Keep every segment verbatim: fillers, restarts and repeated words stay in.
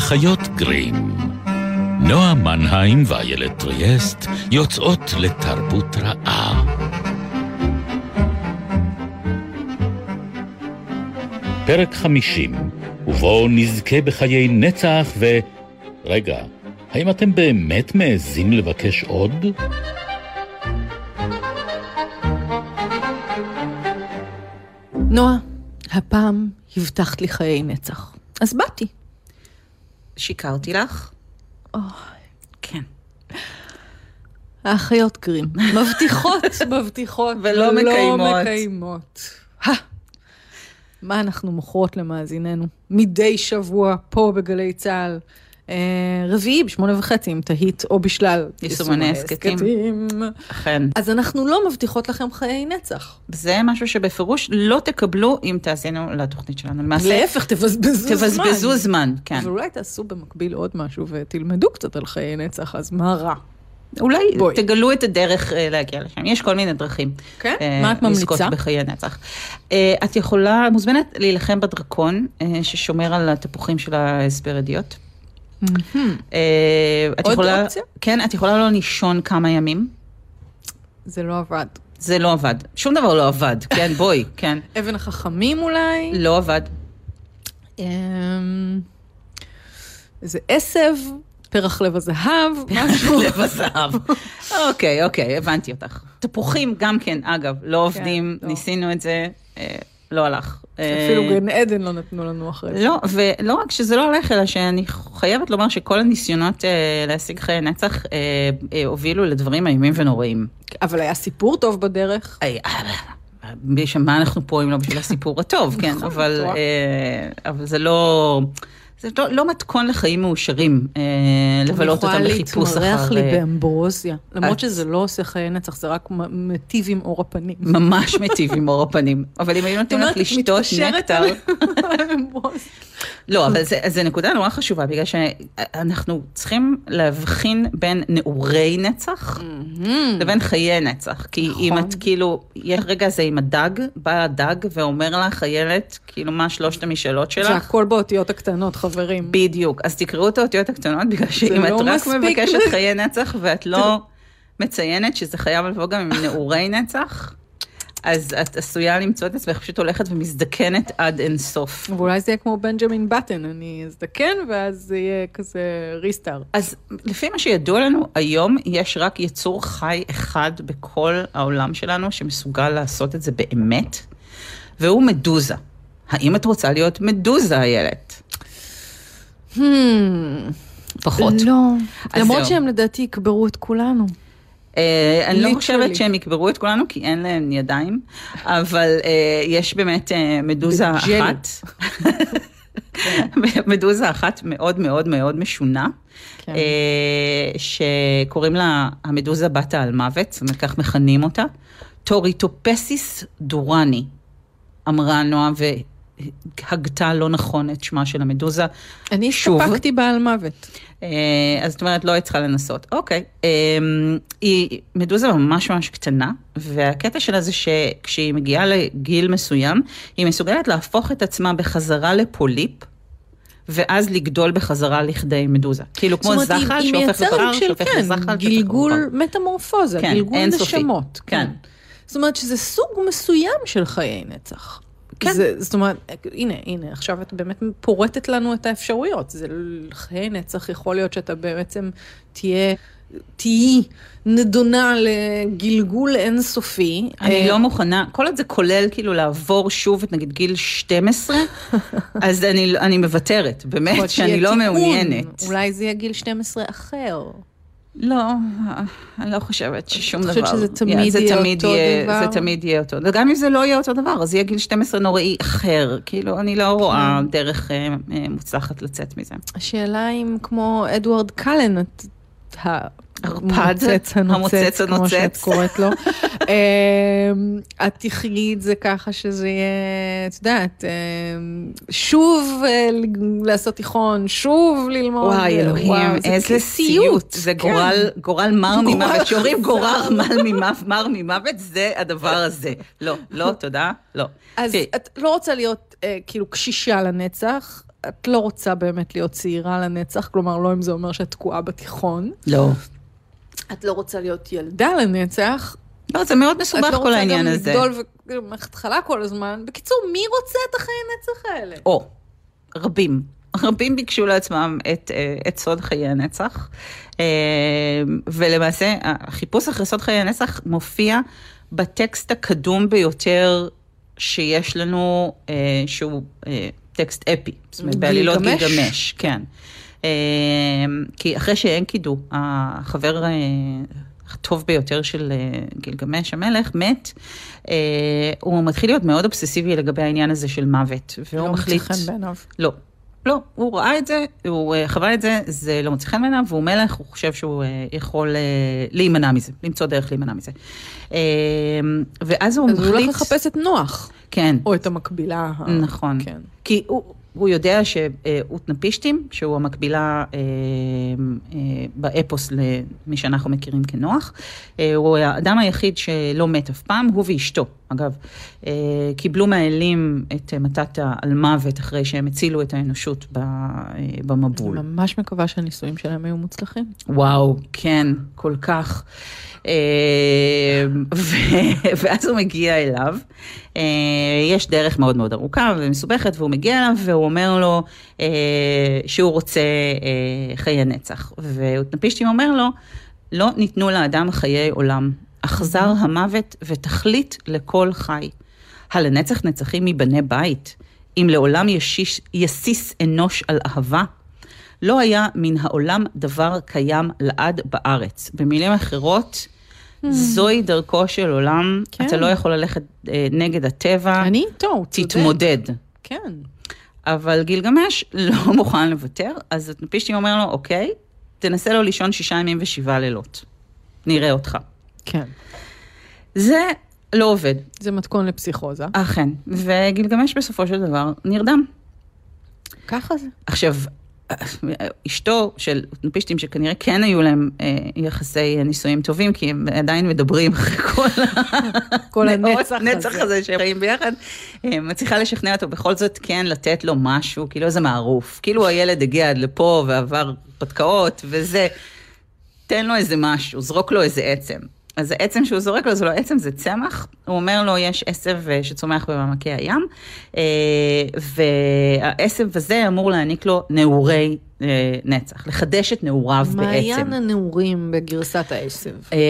האחיות גרים. נועה מנהיים ואיילת טריאסט יוצאות לתרבות רעה. פרק חמישים, ובו נזכה בחיי נצח ו... רגע, האם אתם באמת מעזים לבקש עוד? נועה, הפעם הבטחת לי חיי נצח. אז באתי. שיקרתי לך? אוי, כן. האחיות גרים. מבטיחות, מבטיחות. ולא מקיימות. לא מקיימות. מה אנחנו מוכרות למאזיננו? מדי שבוע פה בגלי צהל. רביעי בשמונה וחצי, אם תהית או בשלל יישומני הסקטים. אכן. אז אנחנו לא מבטיחות לכם חיי נצח. זה משהו שבפירוש לא תקבלו אם תעשינו לתוכנית שלנו. להפך, תבזבזו זמן. תבזבזו זמן, כן. אבל אולי תעשו במקביל עוד משהו ותלמדו קצת על חיי נצח, אז מה רע? אולי תגלו את הדרך להגיע לשם. יש כל מיני דרכים. כן? מה את ממליצה? לזכות בחיי נצח. את יכולה, מוזמנת להילחם בדרקון, ששומר על התפוחים של האספרדיות. עוד אופציה? כן, את יכולה לא לישון כמה ימים. זה לא עבד. זה לא עבד. שום דבר לא עבד. כן, בואי, כן. אבן החכמים אולי? לא עבד. זה עשב, פרח לב הזהב, משהו. לב הזהב. אוקיי, אוקיי, הבנתי אותך. תפוחים גם כן, אגב, לא עובדים, ניסינו את זה, לא הלך. אפילו גן עדן לא נתנו לנו אחרי זה. לא, ולא רק שזה לא הולך, אלא שאני חייבת לומר שכל הניסיונות להשיג חיי נצח הובילו לדברים איומים ונוראים. אבל היה סיפור טוב בדרך. מה אנחנו פה אם לא בשביל הסיפור הטוב, כן, אבל זה לא... זה לא, לא מתכון לחיים מאושרים, אה, לבלות אותם בחיפוש אחר. אני יכולה להתמרח לי באמברוזיה, למרות שזה לא עושה חיי נצח, זה רק מטיב עם אור הפנים. ממש מטיב עם אור הפנים. אבל אם היו נותנים לך לשתות נקטר... לא, אבל זה, זה נקודה נורא חשובה, בגלל שאנחנו צריכים להבחין בין נעורי נצח, לבין חיי נצח. כי אם את כאילו, יש רגע זה עם הדג, בא הדג ואומר לך, חיילת, כאילו מה שלושת המשאלות שלך? זה הכל באותיות הקטנות, חברים. בדיוק. אז תקראו את האותיות הקטנות, בגלל שאם את רק מבקשת חיי נצח, ואת לא מציינת שזה חייב לבוא גם עם נעורי נצח, אז את עשויה למצוא את עצמך, פשוט הולכת ומזדקנת עד אין סוף. ואולי זה יהיה כמו בנג'מין בטן, אני אזדקן, ואז זה יהיה כזה ריסטארט. אז לפי מה שידוע לנו, היום יש רק יצור חי אחד בכל העולם שלנו, שמסוגל לעשות את זה באמת, והוא מדוזה. האם את רוצה להיות מדוזה, איילת? פחות. לא. למרות שהם לדעתי יקברו את כולנו. אני לא חושבת שהם יקברו את כולנו, כי אין להם ידיים, אבל יש באמת מדוזה אחת, מדוזה אחת מאוד מאוד מאוד משונה, שקוראים לה המדוזה בת האלמוות, זאת אומרת כך מכנים אותה, טוריטופסיס דורני, אמרה נועה והגתה לא נכון את שמה של המדוזה. אני הסתפקתי באלמוות. אז זאת אומרת, לא צריכה לנסות. אוקיי. היא מדוזה ממש ממש קטנה, והקטע שלה זה שכשהיא מגיעה לגיל מסוים, היא מסוגלת להפוך את עצמה בחזרה לפוליפ, ואז לגדול בחזרה לכדי מדוזה. כאילו כמו זחל שהופך לפרר, שהופך לזחל. גלגול מטמורפוזה, גלגול נשמות. כן. זאת אומרת שזה סוג מסוים של חיי נצח. כן. זה, זאת אומרת, הנה, הנה, עכשיו את באמת פורטת לנו את האפשרויות. זה חיי נצח, יכול להיות שאתה בעצם תהיה, תהי נדונה לגלגול אינסופי. אני לא מוכנה, כל עוד זה כולל כאילו לעבור שוב את נגיד גיל שתים עשרה, אז אני, אני מבטרת, באמת שאני לא מעוניינת. אולי זה יהיה גיל שתים עשרה אחר. לא, אני לא חושבת ששום דבר. אני חושבת שזה תמיד יהיה אותו דבר. זה תמיד יהיה אותו דבר. וגם אם זה לא יהיה אותו דבר, אז יהיה גיל שתים עשרה נוראי אחר. כאילו, אני לא רואה דרך מוצלחת לצאת מזה. השאלה אם כמו אדוארד קלן, המוצץ הנוצץ, כמו שאת קוראת לו, את תחי את זה ככה שזה יהיה, את יודעת, שוב לעשות תיכון, שוב ללמוד. וואי, אלוהים, איזה סיוט. זה גורל מר ממוות. שאומרים גורל מר ממוות, זה הדבר הזה. לא, לא, תודה, לא. אז את לא רוצה להיות כאילו קשישה לנצח, את לא רוצה באמת להיות צעירה לנצח, כלומר, לא אם זה אומר שאת תקועה בתיכון. לא. את לא רוצה להיות ילדה לנצח. לא, זה מאוד מסובך כל העניין הזה. את לא רוצה גם לגדול ומערכת חלה כל הזמן. בקיצור, מי רוצה את החיי נצח האלה? או, רבים. רבים ביקשו לעצמם את, את סוד חיי הנצח. ולמעשה, החיפוש אחרי סוד חיי הנצח מופיע בטקסט הקדום ביותר שיש לנו, שהוא טקסט אפי. זאת אומרת, בעלילות גילגמש. כן. כי אחרי שאנקידו, החבר הטוב ביותר של גילגמש המלך, מת, הוא מתחיל להיות מאוד אובססיבי לגבי העניין הזה של מוות. והוא מחליט... לא מוצא חן בעיניו. לא. לא, הוא ראה את זה, הוא חווה את זה, זה לא מוצא חן בעיניו, והוא מלך, הוא חושב שהוא יכול להימנע מזה, למצוא דרך להימנע מזה. ואז הוא מחליט... אז הוא הולך לחפש את נוח. כן. או את המקבילה. נכון. כן. כי הוא... הוא יודע שאותנפישטים, שהוא המקבילה אה, אה, באפוס למי שאנחנו מכירים כנוח, אה, הוא האדם היחיד שלא מת אף פעם, הוא ואשתו. אגב, אה, קיבלו מהאלים את מתת על מוות אחרי שהם הצילו את האנושות ב, אה, במבול. אני ממש מקווה שהניסויים שלהם היו מוצלחים. וואו, כן, כל כך. ואז הוא מגיע אליו, יש דרך מאוד מאוד ארוכה ומסובכת, והוא מגיע אליו והוא אומר לו שהוא רוצה חיי נצח. ואותנפישטים אומר לו, לא ניתנו לאדם חיי עולם, אכזר המוות ותכלית לכל חי. הלנצח נצחים מבני בית, אם לעולם ישיש, יסיס אנוש על אהבה, לא היה מן העולם דבר קיים לעד בארץ. במילים אחרות, זוהי דרכו של עולם, אתה לא יכול ללכת נגד הטבע, אני איתו, תתמודד. כן. אבל גילגמש לא מוכן לוותר, אז אותנפישטים אומר לו, אוקיי, תנסה לו לישון שישה ימים ושבעה לילות. נראה אותך. כן. זה לא עובד. זה מתכון לפסיכוזה. אכן. וגילגמש בסופו של דבר נרדם. ככה זה. עכשיו, אשתו של אותנפישטים שכנראה כן היו להם אה, יחסי נישואים טובים, כי הם עדיין מדברים אחרי כל, כל הנצח נצח הזה. הזה שהם חיים ביחד, אה, מצליחה לשכנע אותו בכל זאת כן לתת לו משהו, כאילו איזה מערוף, כאילו הילד הגיע עד לפה ועבר פתקאות וזה, תן לו איזה משהו, זרוק לו איזה עצם. אז העצם שהוא זורק לו, זה לא עצם, זה צמח. הוא אומר לו, יש עשב שצומח במעמקי הים, והעשב הזה אמור להעניק לו נעורי נצח, לחדש את נעוריו בעצם. מעיין הנעורים בגרסת העשב.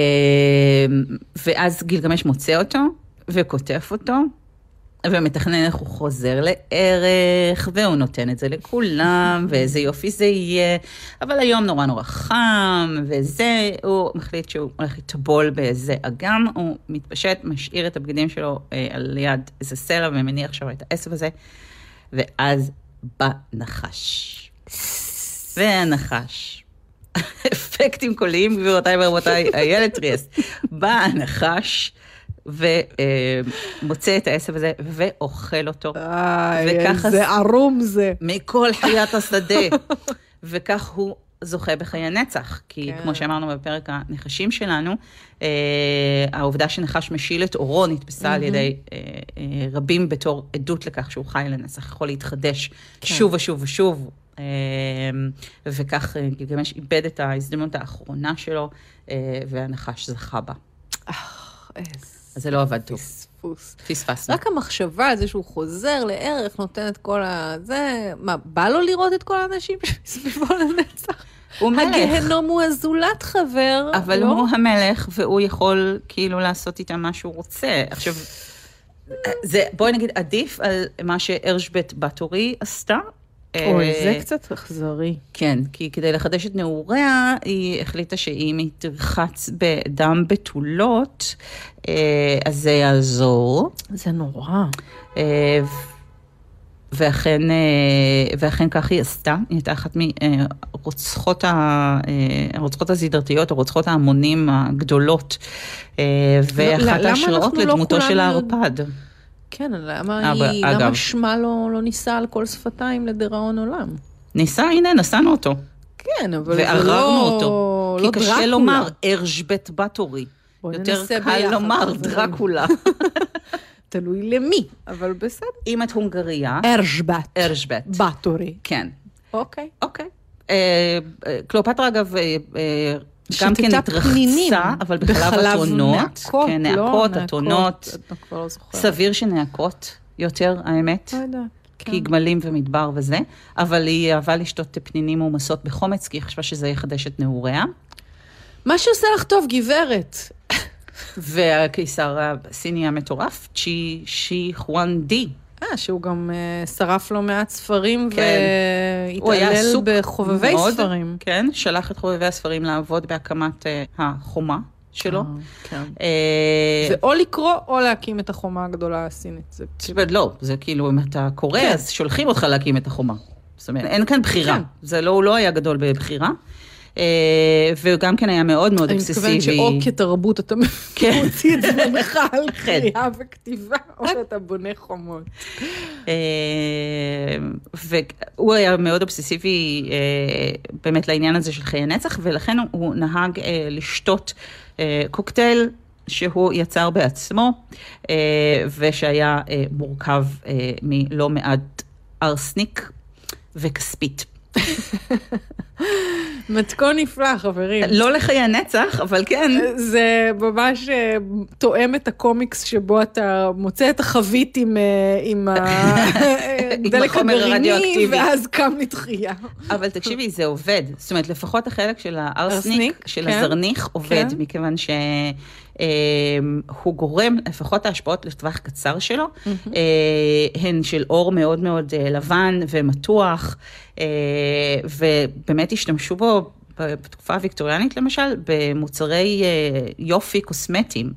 ואז גילגמש מוצא אותו, וכותף אותו, ומתכנן איך הוא חוזר לערך, והוא נותן את זה לכולם, ואיזה יופי זה יהיה, אבל היום נורא נורא חם, וזה, הוא מחליט שהוא הולך לטבול באיזה אגם, הוא מתפשט, משאיר את הבגדים שלו אה, על יד איזה סלע, ומניח שם את העשב הזה, ואז בא נחש. והנחש. אפקטים קוליים, גבירותיי ורבותיי, איילת טריאסט. בא הנחש, ומוצא את העשב הזה, ואוכל אותו. זה ערום זה. מכל חיית השדה. וכך הוא זוכה בחיי נצח. כי כמו שאמרנו בפרק הנחשים שלנו, העובדה שנחש משיל את אורו נתפסה על ידי רבים בתור עדות לכך שהוא חי לנצח, יכול להתחדש שוב ושוב ושוב. וכך גילגמש איבד את ההזדמנות האחרונה שלו, והנחש זכה בה. אז זה לא עבד טוב. פספוס. פספסנו. רק המחשבה על זה שהוא חוזר לערך, נותן את כל ה... זה... מה, בא לו לראות את כל האנשים שמסביבו לנצח? הוא מלך. הגהנום הוא הזולת חבר. אבל לא? הוא המלך, והוא יכול כאילו לעשות איתה מה שהוא רוצה. עכשיו, זה, בואי נגיד, עדיף על מה שארשבט בתורי עשתה, אוי, זה קצת אכזרי. כן, כי כדי לחדש את נעוריה, היא החליטה שאם היא תרחץ בדם בתולות, אז זה יעזור. זה נורא. ואכן, ואכן כך היא עשתה. היא הייתה אחת מרוצחות הרוצחות הסדרתיות, הרוצחות ההמונים הגדולות, ואחת ההשראות לדמותו של הערפד. כן, למה, היא, למה שמה לא, לא ניסה על כל שפתיים לדיראון עולם? ניסה, הנה, נסענו אותו. כן, אבל ועררנו לא, אותו. לא כי קשה דרקולה. לומר, ארשבט בתורי. יותר קל ביחד, לומר דרקולה. תלוי למי, אבל בסדר. אם את הונגריה. ארז'בט. ארז'בט. בתורי. כן. אוקיי. אוקיי. קליאופטרה, אגב, גם כן התרחצה, אבל בחלב אתונות. כן, נעקות, אתונות. סביר שנעקות יותר, האמת. לא יודעת. כי גמלים ומדבר וזה, אבל היא אהבה לשתות פנינים מומסות בחומץ, כי היא חשבה שזה יחדש את נעוריה. מה שעושה לך טוב, גברת. והקיסר הסיני המטורף, צ'י שי חואן די. אה, שהוא גם uh, שרף לו מעט ספרים, כן. והתעלל בחובבי מאוד, ספרים. כן, שלח את חובבי הספרים לעבוד בהקמת uh, החומה שלו. אה, כן. Uh, ואו לקרוא, או להקים את החומה הגדולה הסינית. זה... לא, זה כאילו, אם אתה קורא, כן. אז שולחים אותך להקים את החומה. זאת אומרת, אין כאן בחירה. כן. זה לא, הוא לא היה גדול בבחירה. וגם כן היה מאוד מאוד אובססיבי. אני מתכוונת שאו כתרבות אתה מוציא את זמנך על קריאה וכתיבה, או שאתה בונה חומות. והוא היה מאוד אובססיבי באמת לעניין הזה של חיי נצח, ולכן הוא נהג לשתות קוקטייל שהוא יצר בעצמו, ושהיה מורכב מלא מעט ארסניק וכספית. מתכון נפלא, חברים. לא לחיי הנצח, אבל כן. זה ממש תואם את הקומיקס שבו אתה מוצא את החבית עם, עם הדלק הגרעיני, ואז קם לתחייה. אבל תקשיבי, זה עובד. זאת אומרת, לפחות החלק של הארסניק, של הזרניך, עובד, מכיוון ש... הוא גורם, לפחות ההשפעות לטווח קצר שלו, הן של אור מאוד מאוד לבן ומתוח, ובאמת השתמשו בו בתקופה הוויקטוריאנית למשל, במוצרי יופי קוסמטיים.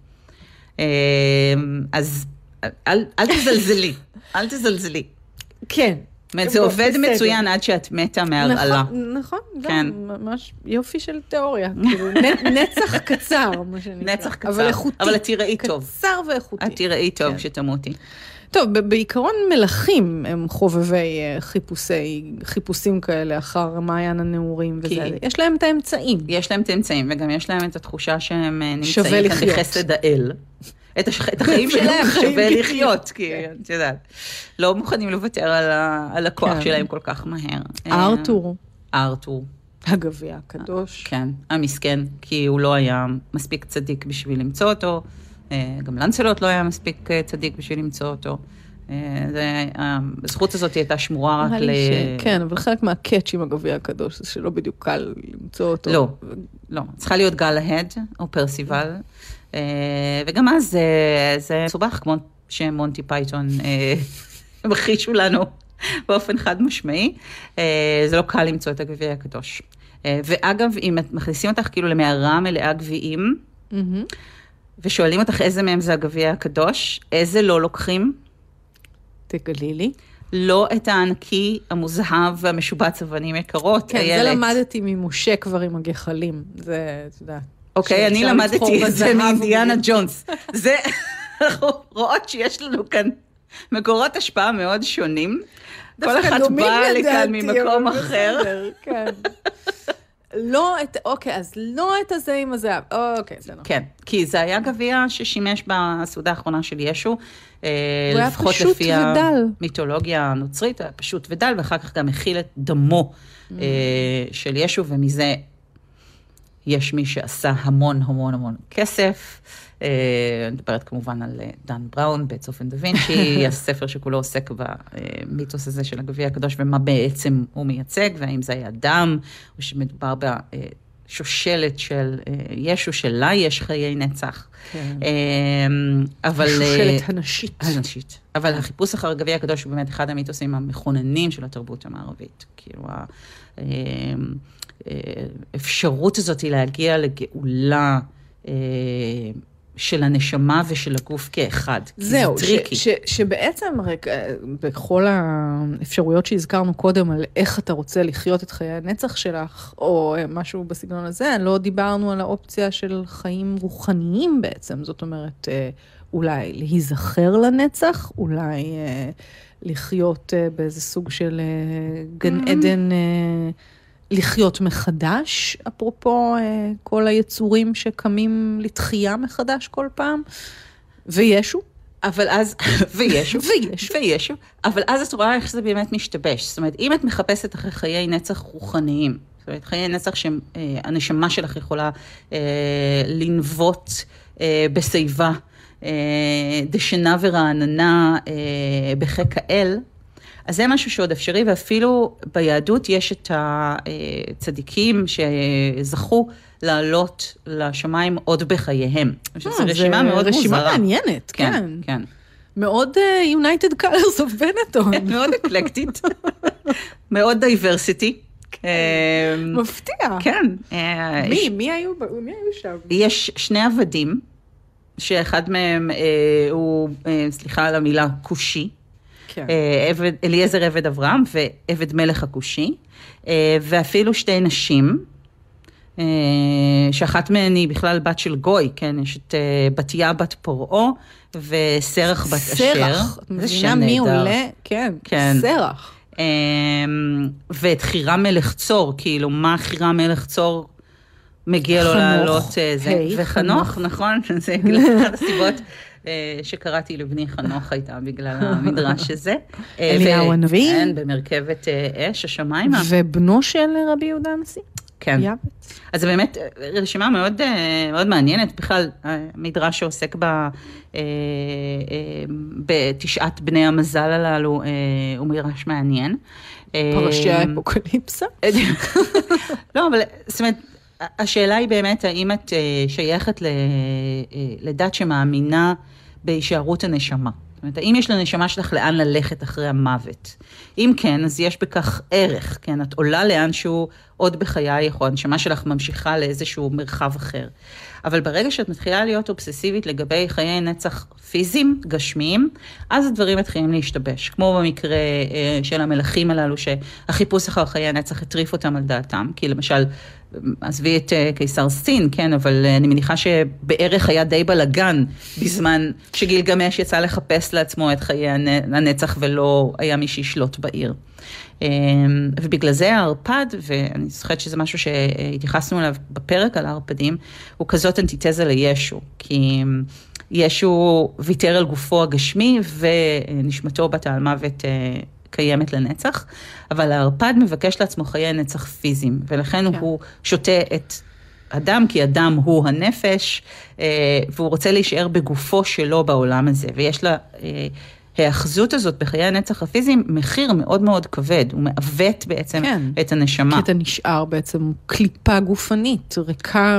אז אל, אל תזלזלי, אל תזלזלי. כן. זה עובד מצוין עד שאת מתה מהרעלה. נכון, נכון, ממש יופי של תיאוריה. נצח קצר, מה שנקרא. נצח קצר, אבל איכותי. אבל את תראי טוב. קצר ואיכותי. את תראי טוב כשתמותי. טוב, בעיקרון מלכים הם חובבי חיפושי, חיפושים כאלה אחר מעיין הנעורים וזה. יש להם את האמצעים. יש להם את האמצעים, וגם יש להם את התחושה שהם נמצאים כאן בחסד האל. את, הש... את החיים שלהם שווה לחיות, כי את יודעת, לא מוכנים לוותר על, ה... על הכוח כן. שלהם כל כך מהר. ארתור. ארתור. הגביע הקדוש. כן, המסכן, כי הוא לא היה מספיק צדיק בשביל למצוא אותו, גם לנצלוט לא היה מספיק צדיק בשביל למצוא אותו. זה, הזכות הזאת הייתה שמורה רק ל... ש... כן, אבל חלק מהקאץ' עם הגביע הקדוש, זה שלא בדיוק קל למצוא אותו. לא, לא. צריכה להיות גלהד או פרסיבל. וגם אז זה, זה סובך, כמו שמונטי פייתון מחישו לנו באופן חד משמעי. זה לא קל למצוא את הגביע הקדוש. ואגב, אם מכניסים אותך כאילו למערה מלאה גביעים, ושואלים אותך איזה מהם זה הגביע הקדוש, איזה לא לוקחים? תגלי לי. לא את הענקי, המוזהב והמשובץ אבנים יקרות. כן, זה למדתי ממשה כבר עם הגחלים. זה, אתה יודע. אוקיי, אני למדתי את זה מאינדיאנה ג'ונס. זה, אנחנו רואות שיש לנו כאן מקורות השפעה מאוד שונים. כל אחד בא לכאן ממקום אחר. כן. לא את, אוקיי, אז לא את הזה עם הזהב. אוקיי, זה נכון. כן, כי זה היה גביע ששימש בסעודה האחרונה של ישו. הוא היה פשוט ודל. מיתולוגיה נוצרית, היה פשוט ודל, ואחר כך גם הכיל את דמו של ישו, ומזה יש מי שעשה המון המון המון כסף. אני מדברת כמובן על דן בראון, בצופן דה וינצ'י, הספר שכולו עוסק במיתוס הזה של הגביע הקדוש, ומה בעצם הוא מייצג, והאם זה היה דם, או שמדובר בשושלת של ישו, שלה יש חיי נצח. שושלת הנשית. הנשית. אבל החיפוש אחר הגביע הקדוש הוא באמת אחד המיתוסים המכוננים של התרבות המערבית. כאילו, האפשרות הזאת היא להגיע לגאולה של הנשמה ושל הגוף כאחד. זהו, ש- ש- שבעצם רק, בכל האפשרויות שהזכרנו קודם על איך אתה רוצה לחיות את חיי הנצח שלך, או משהו בסגנון הזה, לא דיברנו על האופציה של חיים רוחניים בעצם, זאת אומרת, אולי להיזכר לנצח, אולי לחיות באיזה סוג של גן עדן, לחיות מחדש, אפרופו כל היצורים שקמים לתחייה מחדש כל פעם, וישו. אבל אז, וישו, וישו, וישו, אבל אז את רואה איך זה באמת משתבש. זאת אומרת, אם את מחפשת אחרי חיי נצח רוחניים, זאת אומרת, חיי נצח שהנשמה שלך יכולה אה, לנבוט אה, בשיבה, אה, דשנה ורעננה אה, בחק האל, אז זה משהו שעוד אפשרי, ואפילו ביהדות יש את הצדיקים שזכו לעלות לשמיים עוד בחייהם. זו רשימה מאוד מוזרה. רשימה מעניינת, כן. כן. מאוד United Colors of Benetton. מאוד אקלקטית. מאוד דייברסיטי. מפתיע. כן. מי? מי היו שם? יש שני עבדים, שאחד מהם הוא, סליחה על המילה, כושי. אליעזר עבד אברהם ועבד מלך הכושי, ואפילו שתי נשים, שאחת מהן היא בכלל בת של גוי, כן, יש את בתיה בת פרעה וסרח בת אשר. סרח, מבינה מי עולה, כן, סרח. ואת חירה מלך צור, כאילו מה חירה מלך צור מגיע לו לעלות, וחנוך, נכון, זה אחת הסיבות שקראתי לבני חנוך הייתה בגלל המדרש הזה. אליהו הנביא. כן, במרכבת אש, השמיימה. ובנו של רבי יהודה הנשיא. כן. אז זה באמת רשימה מאוד, מאוד מעניינת, בכלל המדרש שעוסק ב, בתשעת בני המזל הללו, הוא מדרש מעניין. פרשיה אפוקליפסה? לא, אבל זאת אומרת, השאלה היא באמת, האם את שייכת לדת שמאמינה בהישארות הנשמה? זאת אומרת, האם יש לנשמה שלך לאן ללכת אחרי המוות? אם כן, אז יש בכך ערך, כן? את עולה לאנשהו עוד בחייך, או הנשמה שלך ממשיכה לאיזשהו מרחב אחר. אבל ברגע שאת מתחילה להיות אובססיבית לגבי חיי נצח פיזיים, גשמיים, אז הדברים מתחילים להשתבש. כמו במקרה של המלכים הללו, שהחיפוש אחר חיי נצח הטריף אותם על דעתם, כי למשל, עזבי את קיסר סין, כן, אבל אני מניחה שבערך היה די בלגן בזמן שגילגמש יצא לחפש לעצמו את חיי הנצח ולא היה מי שישלוט בעיר. ובגלל זה הערפד, ואני זוכרת שזה משהו שהתייחסנו אליו בפרק על הערפדים, הוא כזאת אנטיתזה לישו, כי ישו ויתר על גופו הגשמי ונשמתו בת העלמוות קיימת לנצח, אבל הערפד מבקש לעצמו חיי נצח פיזיים, ולכן כן. הוא שותה את אדם, כי אדם הוא הנפש, והוא רוצה להישאר בגופו שלו בעולם הזה, ויש לה ההאחזות הזאת בחיי הנצח הפיזיים מחיר מאוד מאוד כבד, הוא מעוות בעצם כן. את הנשמה. כי אתה נשאר בעצם קליפה גופנית, ריקה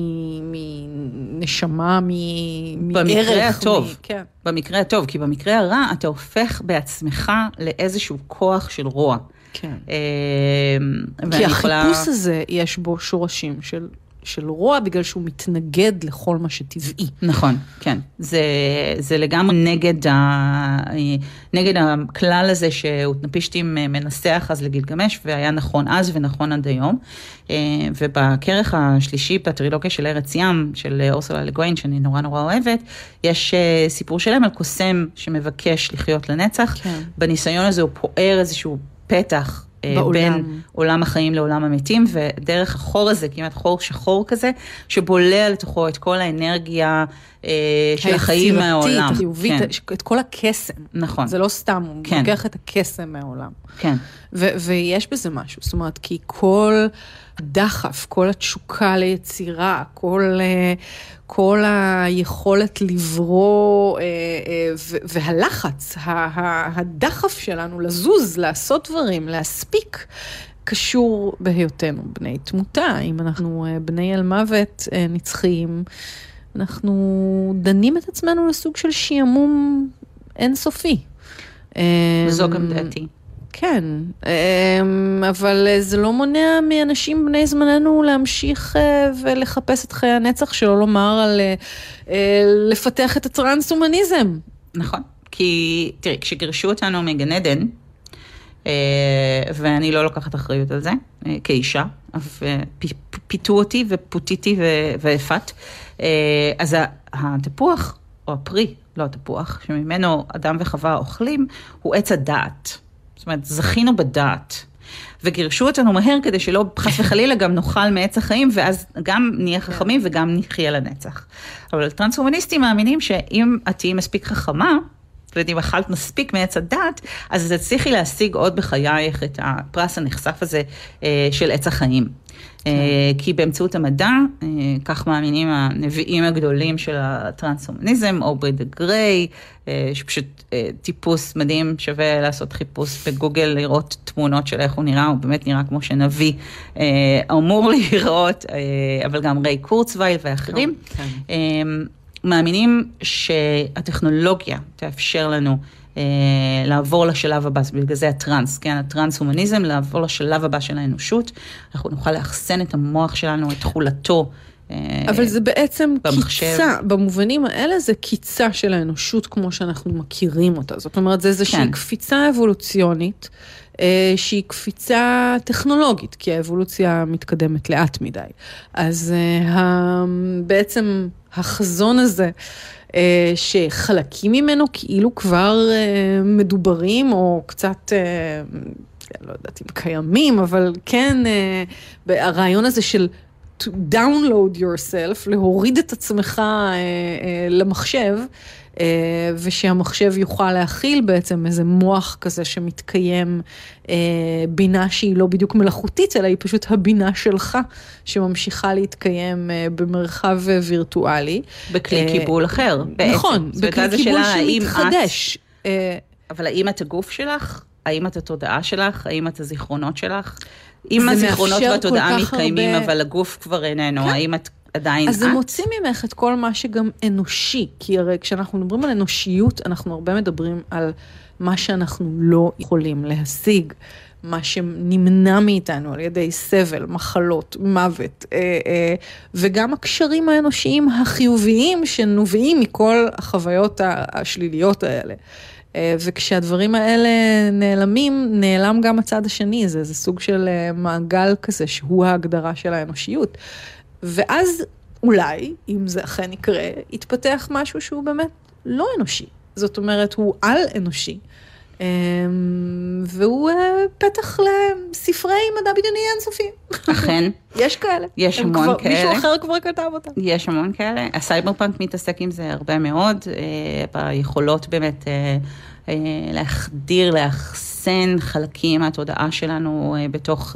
מנשמה, מערך. במקרה הטוב, מ... כן. במקרה הטוב, כי במקרה הרע אתה הופך בעצמך לאיזשהו כוח של רוע. כן. כי החיפוש יכולה... הזה יש בו שורשים של... של רוע, בגלל שהוא מתנגד לכל מה שטבעי. נכון, כן. זה, זה לגמרי נגד, ה, נגד הכלל הזה שאותנפישטים מנסח אז לגילגמש, והיה נכון אז ונכון עד היום. ובכרך השלישי, בטרילוגיה של ארץ ים, של אורסולה לגויין, שאני נורא נורא אוהבת, יש סיפור שלם על קוסם שמבקש לחיות לנצח. כן. בניסיון הזה הוא פוער איזשהו פתח, בעולם. בין עולם החיים לעולם המתים, ודרך החור הזה, כמעט חור שחור כזה, שבולע לתוכו את כל האנרגיה אה, של החיים מהעולם. חיובית, כן. את כל הקסם. נכון. זה לא סתם, הוא כן. לוקח את הקסם מהעולם. כן. ו- ויש בזה משהו, זאת אומרת, כי כל דחף, כל התשוקה ליצירה, כל... כל היכולת לברוא והלחץ, הדחף שלנו לזוז, לעשות דברים, להספיק, קשור בהיותנו בני תמותה. אם אנחנו בני אל מוות נצחיים, אנחנו דנים את עצמנו לסוג של שיעמום אינסופי. זו גם דעתי. כן, אבל זה לא מונע מאנשים בני זמננו להמשיך ולחפש את חיי הנצח, שלא לומר על לפתח את הטרנס-הומניזם. נכון, כי תראי, כשגרשו אותנו מגן עדן, ואני לא לוקחת אחריות על זה, כאישה, פיתו אותי ופוטיתי והפת, אז התפוח, או הפרי, לא התפוח, שממנו אדם וחווה אוכלים, הוא עץ הדעת. זאת אומרת, זכינו בדעת. וגירשו אותנו מהר כדי שלא חס וחלילה גם נאכל מעץ החיים, ואז גם נהיה חכמים וגם נחיה לנצח. אבל טרנס-הומניסטים מאמינים שאם את תהיי מספיק חכמה, ואם אכלת מספיק מעץ הדת, אז תצליחי להשיג עוד בחייך את הפרס הנחשף הזה של עץ החיים. כי באמצעות המדע, כך מאמינים הנביאים הגדולים של הטרנס-הומניזם, אוברי דה גריי, שפשוט טיפוס מדהים, שווה לעשות חיפוש בגוגל, לראות תמונות של איך הוא נראה, הוא באמת נראה כמו שנביא אמור לראות, אבל גם ריי קורצווייל ואחרים. מאמינים שהטכנולוגיה תאפשר לנו לעבור לשלב הבא, בגלל זה הטרנס, כן, הטרנס-הומניזם, לעבור לשלב הבא של האנושות, אנחנו נוכל להחסן את המוח שלנו, את תכולתו. אבל זה בעצם קיצה, במובנים האלה זה קיצה של האנושות כמו שאנחנו מכירים אותה, זאת אומרת, זה איזושהי קפיצה אבולוציונית, שהיא קפיצה טכנולוגית, כי האבולוציה מתקדמת לאט מדי. אז בעצם החזון הזה, שחלקים ממנו כאילו כבר מדוברים, או קצת, לא יודעת אם קיימים, אבל כן, הרעיון הזה של to download yourself, להוריד את עצמך למחשב, ושהמחשב יוכל להכיל בעצם איזה מוח כזה שמתקיים בינה שהיא לא בדיוק מלאכותית, אלא היא פשוט הבינה שלך, שממשיכה להתקיים במרחב וירטואלי. בכלי קיבול אחר. נכון, בכלי קיבול שמתחדש. אבל האם את הגוף שלך? האם את התודעה שלך? האם את הזיכרונות שלך? אם הזיכרונות והתודעה מתקיימים, אבל הגוף כבר איננו, האם את עדיין את? אז זה מוציא ממך את כל מה שגם אנושי, כי הרי כשאנחנו מדברים על אנושיות, אנחנו הרבה מדברים על מה שאנחנו לא יכולים להשיג, מה שנמנע מאיתנו על ידי סבל, מחלות, מוות, וגם הקשרים האנושיים החיוביים שנובעים מכל החוויות השליליות האלה. וכשהדברים האלה נעלמים, נעלם גם הצד השני, זה, זה סוג של מעגל כזה שהוא ההגדרה של האנושיות. ואז אולי, אם זה אכן יקרה, יתפתח משהו שהוא באמת לא אנושי. זאת אומרת, הוא על אנושי. והוא פתח לספרי מדע בדיוני אינסופי. אכן. יש כאלה. יש המון כאלה. מישהו אחר כבר כתב אותם. יש המון כאלה. הסייברפאנק מתעסק עם זה הרבה מאוד, ביכולות באמת להחדיר, להחסן חלקים מהתודעה שלנו בתוך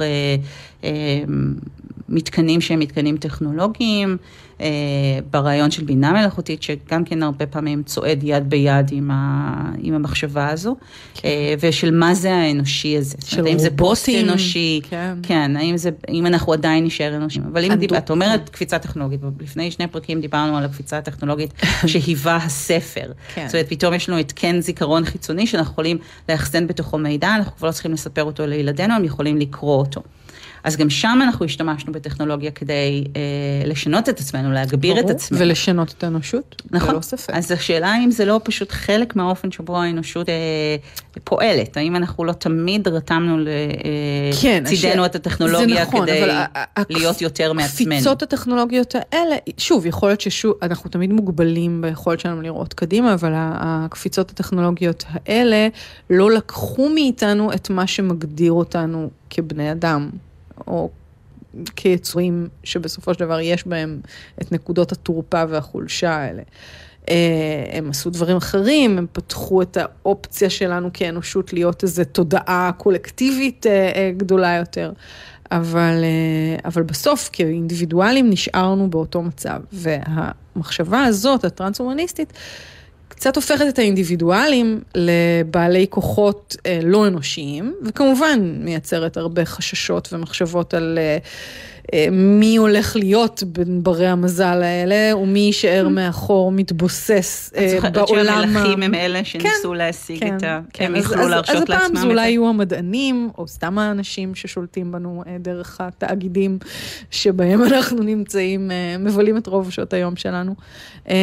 מתקנים שהם מתקנים טכנולוגיים, ברעיון של בינה מלאכותית, שגם כן הרבה פעמים צועד יד ביד עם, ה, עם המחשבה הזו, כן. ושל מה זה האנושי הזה. של האם זה פוסט אנושי, כן. כן, האם, זה, האם אנחנו עדיין נשאר אנושים. אבל אם דיב, את אומרת קפיצה טכנולוגית, לפני שני פרקים דיברנו על הקפיצה הטכנולוגית שהיווה הספר. כן. זאת אומרת, פתאום יש לנו את כן זיכרון חיצוני, שאנחנו יכולים להחסן בתוכו מידע, אנחנו כבר לא צריכים לספר אותו לילדינו, הם יכולים לקרוא אותו. אז גם שם אנחנו השתמשנו בטכנולוגיה כדי אה, לשנות את עצמנו, להגביר ברור, את עצמנו. ולשנות את האנושות, נכון. לא ספק. אז השאלה אם זה לא פשוט חלק מהאופן שבו האנושות אה, פועלת, האם אנחנו לא תמיד רתמנו לצידנו כן, את הטכנולוגיה נכון, כדי להיות יותר מעצמנו. הקפיצות הטכנולוגיות האלה, שוב, יכול להיות שאנחנו תמיד מוגבלים ביכולת שלנו לראות קדימה, אבל הקפיצות הטכנולוגיות האלה לא לקחו מאיתנו את מה שמגדיר אותנו כבני אדם. או כיצורים שבסופו של דבר יש בהם את נקודות התורפה והחולשה האלה. הם עשו דברים אחרים, הם פתחו את האופציה שלנו כאנושות להיות איזו תודעה קולקטיבית גדולה יותר, אבל, אבל בסוף כאינדיבידואלים נשארנו באותו מצב, והמחשבה הזאת, הטרנס-הומניסטית, קצת הופכת את האינדיבידואלים לבעלי כוחות אה, לא אנושיים, וכמובן מייצרת הרבה חששות ומחשבות על אה, אה, מי הולך להיות בין ברי המזל האלה, ומי יישאר מאחור מתבוסס אה, בעולם. את זוכרת שהמלכים הם אלה שניסו כן, להשיג כן, את ה... כן, הם יוכלו להרשות לעצמם את זה. אז הפעם זה אולי יהיו המדענים, או סתם האנשים ששולטים בנו אה, דרך התאגידים שבהם אנחנו נמצאים, אה, מבלים את רוב שעות היום שלנו. אה,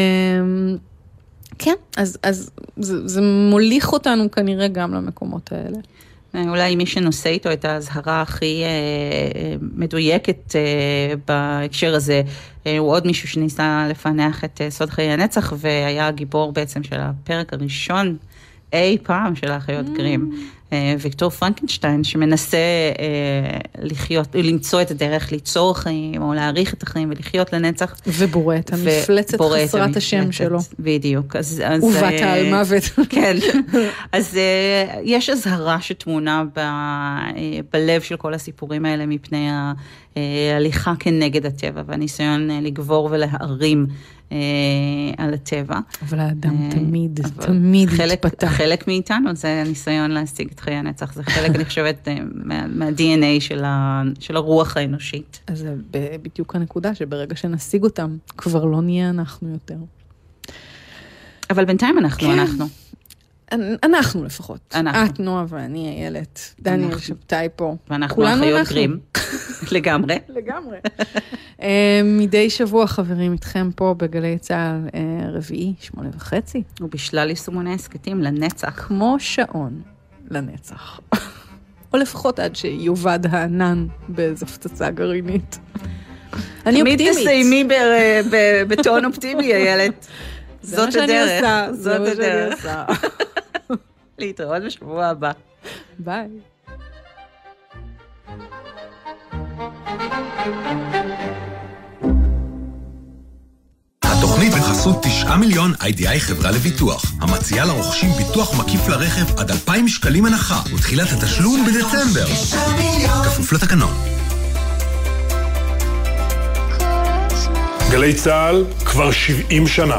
כן, אז, אז זה, זה מוליך אותנו כנראה גם למקומות האלה. אולי מי שנושא איתו את ההזהרה הכי אה, מדויקת אה, בהקשר הזה, אה, הוא עוד מישהו שניסה לפענח את אה, סוד חיי הנצח, והיה הגיבור בעצם של הפרק הראשון אי פעם של האחיות mm. גרים. ויקטור פרנקנשטיין, שמנסה לחיות, למצוא את הדרך ליצור חיים, או להאריך את החיים ולחיות לנצח. ובורא את המפלצת חסרת השם שלו. בדיוק. ובאת על מוות. כן. אז יש הזהרה שתמונה בלב של כל הסיפורים האלה, מפני ההליכה כנגד הטבע, והניסיון לגבור ולהערים על הטבע. אבל האדם תמיד, תמיד התפתח. חלק מאיתנו, זה הניסיון להשיג את חיי הנצח, זה חלק, אני חושבת, מה-די אן איי של הרוח האנושית. אז זה בדיוק הנקודה, שברגע שנשיג אותם, כבר לא נהיה אנחנו יותר. אבל בינתיים אנחנו, אנחנו. אנחנו לפחות. אנחנו. את, נועה ואני, איילת, דניאל שבתאי פה. ואנחנו אחיות גרים. לגמרי. לגמרי. מדי שבוע חברים איתכם פה בגלי צהל רביעי, שמונה וחצי. ובשלל יישומוני הסקטים לנצח. כמו שעון לנצח. או לפחות עד שיובד הענן באיזו פצצה גרעינית. אני אופטימית. תמיד תסיימי בטון אופטימי, איילת. זאת הדרך. זאת הדרך. להתראות בשבוע הבא. ביי. התוכנית בחסות תשעה מיליון איי די איי חברה לביטוח, המציעה לרוכשים ביטוח מקיף לרכב עד אלפיים שקלים הנחה, ותחילת התשלום בדצמבר. כפוף לתקנון. גלי צהל כבר שבעים שנה.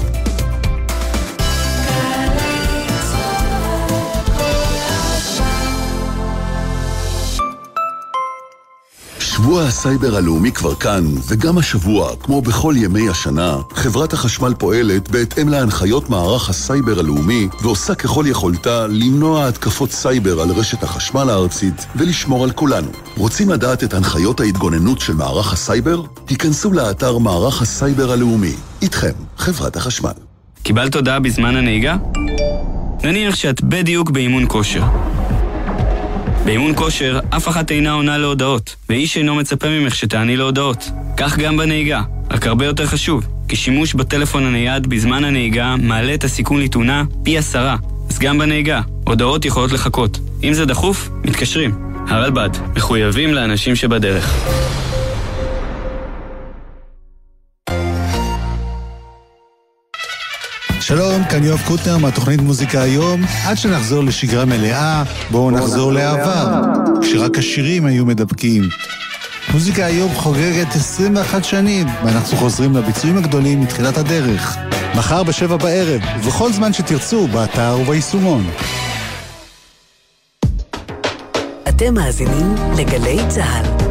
שבוע הסייבר הלאומי כבר כאן, וגם השבוע, כמו בכל ימי השנה, חברת החשמל פועלת בהתאם להנחיות מערך הסייבר הלאומי, ועושה ככל יכולתה למנוע התקפות סייבר על רשת החשמל הארצית ולשמור על כולנו. רוצים לדעת את הנחיות ההתגוננות של מערך הסייבר? היכנסו לאתר מערך הסייבר הלאומי. איתכם, חברת החשמל. קיבלת הודעה בזמן הנהיגה? נניח שאת בדיוק באימון כושר. באימון כושר, אף אחת אינה עונה להודעות, ואיש אינו מצפה ממך שתעני להודעות. כך גם בנהיגה, רק הרבה יותר חשוב, כי שימוש בטלפון הנייד בזמן הנהיגה מעלה את הסיכון לתאונה פי עשרה. אז גם בנהיגה, הודעות יכולות לחכות. אם זה דחוף, מתקשרים. הרלב"ד, מחויבים לאנשים שבדרך. שלום, כאן יואב קוטנר מהתוכנית מוזיקה היום. עד שנחזור לשגרה מלאה, בואו נחזור לעבר, כשרק השירים היו מדבקים. מוזיקה היום חוגגת עשרים ואחת שנים, ואנחנו חוזרים לביצועים הגדולים מתחילת הדרך. מחר בשבע בערב, ובכל זמן שתרצו, באתר וביישומון. אתם מאזינים לגלי צהל.